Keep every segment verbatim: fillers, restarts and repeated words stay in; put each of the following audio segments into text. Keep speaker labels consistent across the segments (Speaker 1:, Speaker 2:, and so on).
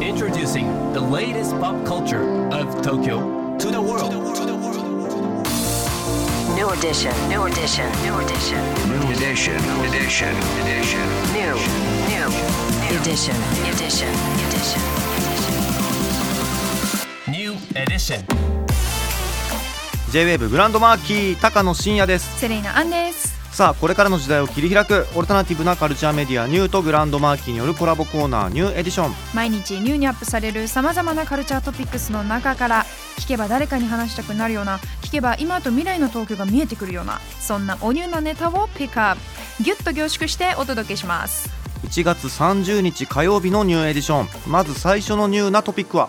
Speaker 1: Introducing the latest pop culture of Tokyo to the world.
Speaker 2: New edition, new edition, new edition,
Speaker 3: New edition, edition, edition.
Speaker 2: new, new, edition, edition, edition.
Speaker 1: New edition.
Speaker 4: J-ウェーブ グランドマーキー高野真也です。
Speaker 5: セレイナアンです。
Speaker 4: さあこれからの時代を切り開くオルタナティブなカルチャーメディアニューとグランドマーキーによるコラボコーナーニューエディション。
Speaker 5: 毎日ニューにアップされるさまざまなカルチャートピックスの中から聞けば誰かに話したくなるような、聞けば今と未来の東京が見えてくるような、そんなおニューなネタをピックアップギュッと凝縮してお届けします。
Speaker 4: いちがつさんじゅうにち火曜日のニューエディション。まず最初のニューなトピックは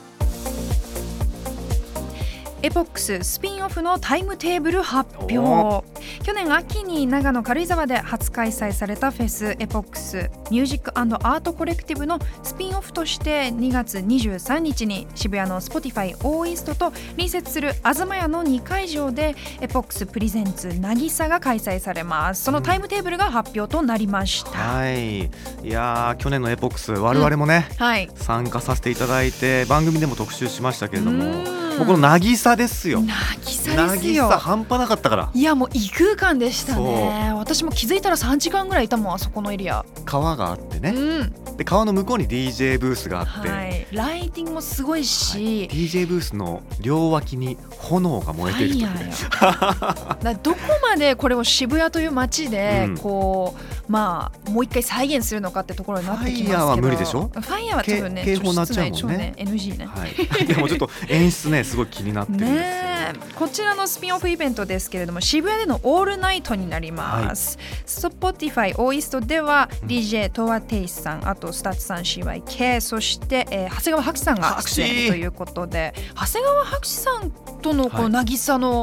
Speaker 5: エポックススピンオフのタイムテーブル発表。去年秋に長野軽井沢で初開催されたフェスエポックスミュージック&アートコレクティブのスピンオフとしてにがつにじゅうさんにちに渋谷の Spotify オーイーストと隣接する東屋のにかいじょうでエポックスプレゼンツ渚が開催されます。そのタイムテーブルが発表となりました。
Speaker 4: はい、いや去年のエポックス我々もね、
Speaker 5: うんはい、
Speaker 4: 参加させていただいて番組でも特集しましたけれども、もうこの渚ですよ。
Speaker 5: 渚ですよ。
Speaker 4: 渚半端なかったから。
Speaker 5: いやもう異空間でしたね。私も気づいたらさんじかんぐらいいたもん、あそこのエリア。
Speaker 4: 川があってね、
Speaker 5: うん、で
Speaker 4: 川の向こうに ディージェー ブースがあって、
Speaker 5: はい、ライティングもすごいし、はい、
Speaker 4: ディージェー ブースの両脇に炎が燃えているというね。
Speaker 5: だどこまでこれを渋谷という街でこう、うん、まあもう一回再現するのかってところになってきますけど、ファイヤーは無理でしょ。ファイヤーは多分ね
Speaker 4: 警報になっちゃうもんね。
Speaker 5: ね エヌジー ね、
Speaker 4: はい、でもちょっと演出ねすごい気になってるんですよ。
Speaker 5: ねこちらのスピンオフイベントですけれども、渋谷でのオールナイトになります、はい、Spotify オーイーストでは ディージェー トワテイスさん、あとスタッツさん シーワイケー、 そして、えー、長谷川博さんが出演ということで、長谷川博さんとのこの渚の、はい、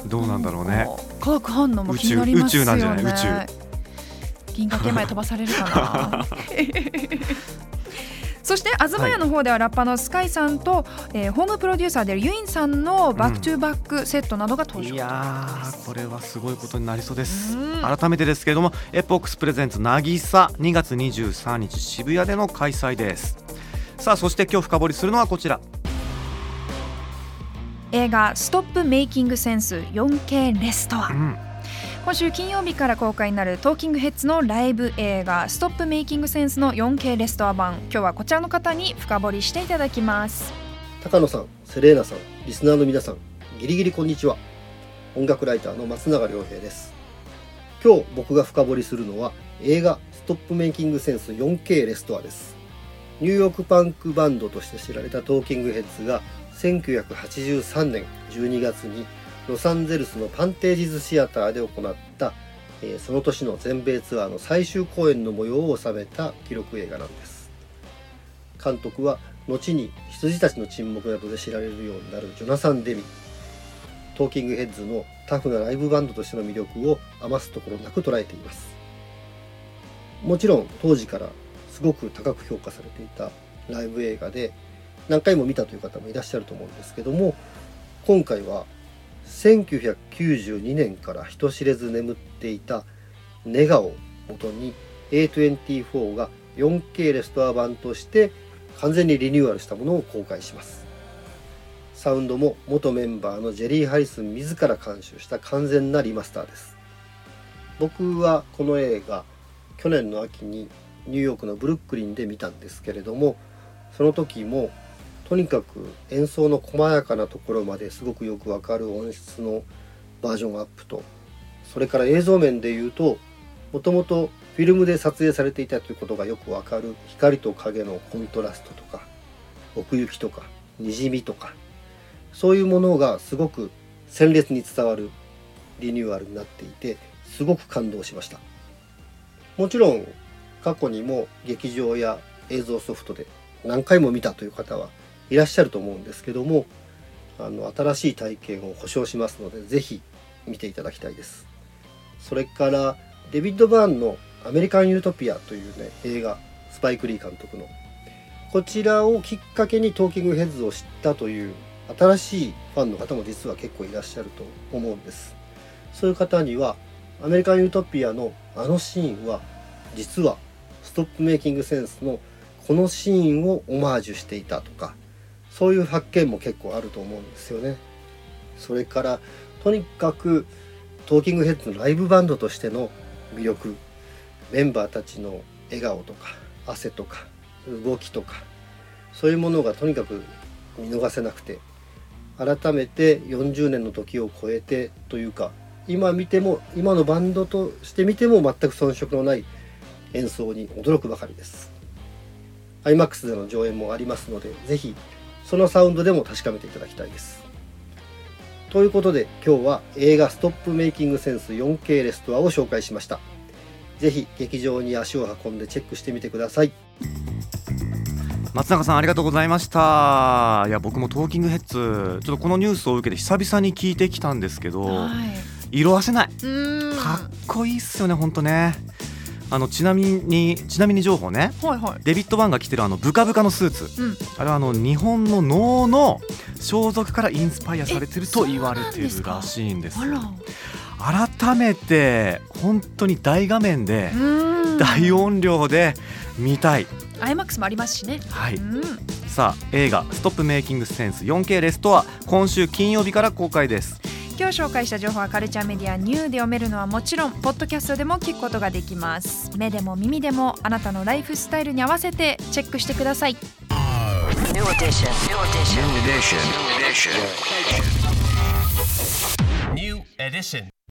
Speaker 4: どうなんだろうね。
Speaker 5: 化学反応も気になりますよね。
Speaker 4: 宇宙なんじゃない？宇宙
Speaker 5: 銀河系まで飛ばされるかなそして東屋の方ではラッパーのスカイさんと、えー、ホームプロデューサーであるユインさんのバックトゥーバックセットなどが登場、うん、
Speaker 4: いやーこれはすごいことになりそうです。改めてですけれどもエポックスプレゼンツ渚にがつにじゅうさんにち渋谷での開催です。さあそして今日深掘りするのはこちら、
Speaker 5: 映画ストップメイキングセンス よんケー レストア、うん今週金曜日から公開になるトーキングヘッズのライブ映画ストップメイキングセンスの よんケー レストア版、今日はこちらの方に深掘りしていただきます。
Speaker 6: 高野さん、セレーナさん、リスナーの皆さん、ギリギリこんにちは。音楽ライターの松永良平です。今日僕が深掘りするのは映画ストップメイキングセンス よんケー レストアです。ニューヨークパンクバンドとして知られたトーキングヘッズがせんきゅうひゃくはちじゅうさんねんじゅうにがつにロサンゼルスのパンテージズシアターで行った、えー、その年の全米ツアーの最終公演の模様を収めた記録映画なんです。監督は後に羊たちの沈黙などで知られるようになるジョナサン・デミ。トーキングヘッズのタフなライブバンドとしての魅力を余すところなく捉えています。もちろん当時からすごく高く評価されていたライブ映画で何回も見たという方もいらっしゃると思うんですけども、今回はせんきゅうひゃくきゅうじゅうにねんから人知れず眠っていたネガを元に エーにじゅうよん が よんケー レストア版として完全にリニューアルしたものを公開します。サウンドも元メンバーのジェリー・ハリスン自ら監修した完全なリマスターです。僕はこの映画去年の秋にニューヨークのブルックリンで見たんですけれども、その時もとにかく演奏の細やかなところまですごくよくわかる音質のバージョンアップと、それから映像面でいうともともとフィルムで撮影されていたということがよくわかる光と影のコントラストとか奥行きとかにじみとか、そういうものがすごく鮮烈に伝わるリニューアルになっていてすごく感動しました。もちろん過去にも劇場や映像ソフトで何回も見たという方はいらっしゃると思うんですけども、あの新しい体験を保証しますのでぜひ見ていただきたいです。それからデビッド・バーンのアメリカン・ユートピアというね映画、スパイク・リー監督の、こちらをきっかけにトーキングヘッズを知ったという新しいファンの方も実は結構いらっしゃると思うんです。そういう方にはアメリカン・ユートピアのあのシーンは実はストップメイキングセンスのこのシーンをオマージュしていたとか、そういう発見も結構あると思うんですよね。それからとにかくトーキングヘッズのライブバンドとしての魅力、メンバーたちの笑顔とか汗とか動きとか、そういうものがとにかく見逃せなくて、改めてよんじゅうねんの時を超えてというか、今見ても今のバンドとして見ても全く遜色のない演奏に驚くばかりです。 アイマックス での上演もありますので、ぜひそのサウンドでも確かめていただきたいです。ということで今日は映画ストップメイキングセンス よんケー レストアを紹介しました。ぜひ劇場に足を運んでチェックしてみてください。
Speaker 4: 松永さんありがとうございました。いや僕もトーキングヘッズちょっとこのニュースを受けて久々に聞いてきたんですけど、はい、色あせない、うーんかっこいいっすよね本当ね。あのちなみにちなみに情報ね、はいはい、デビッド・バンが着てるあのブカブカのスーツ、うん、あれはあの日本の能の装束からインスパイアされてると言われてるらしいんです。改めて本当に大画面で大音量で見たい。
Speaker 5: アイマックス もありますしね。
Speaker 4: はい、うん、さあ映画ストップメイキングセンス よんケー レストア今週金曜日から公開です。
Speaker 5: 今日紹介した情報はカルチャーメディアニューで読めるのはもちろんポッドキャストでも聞くことができます。目でも耳でもあなたのライフスタイルに合わせてチェックしてください。
Speaker 2: New edition. New edition.
Speaker 3: New edition.
Speaker 1: New edition.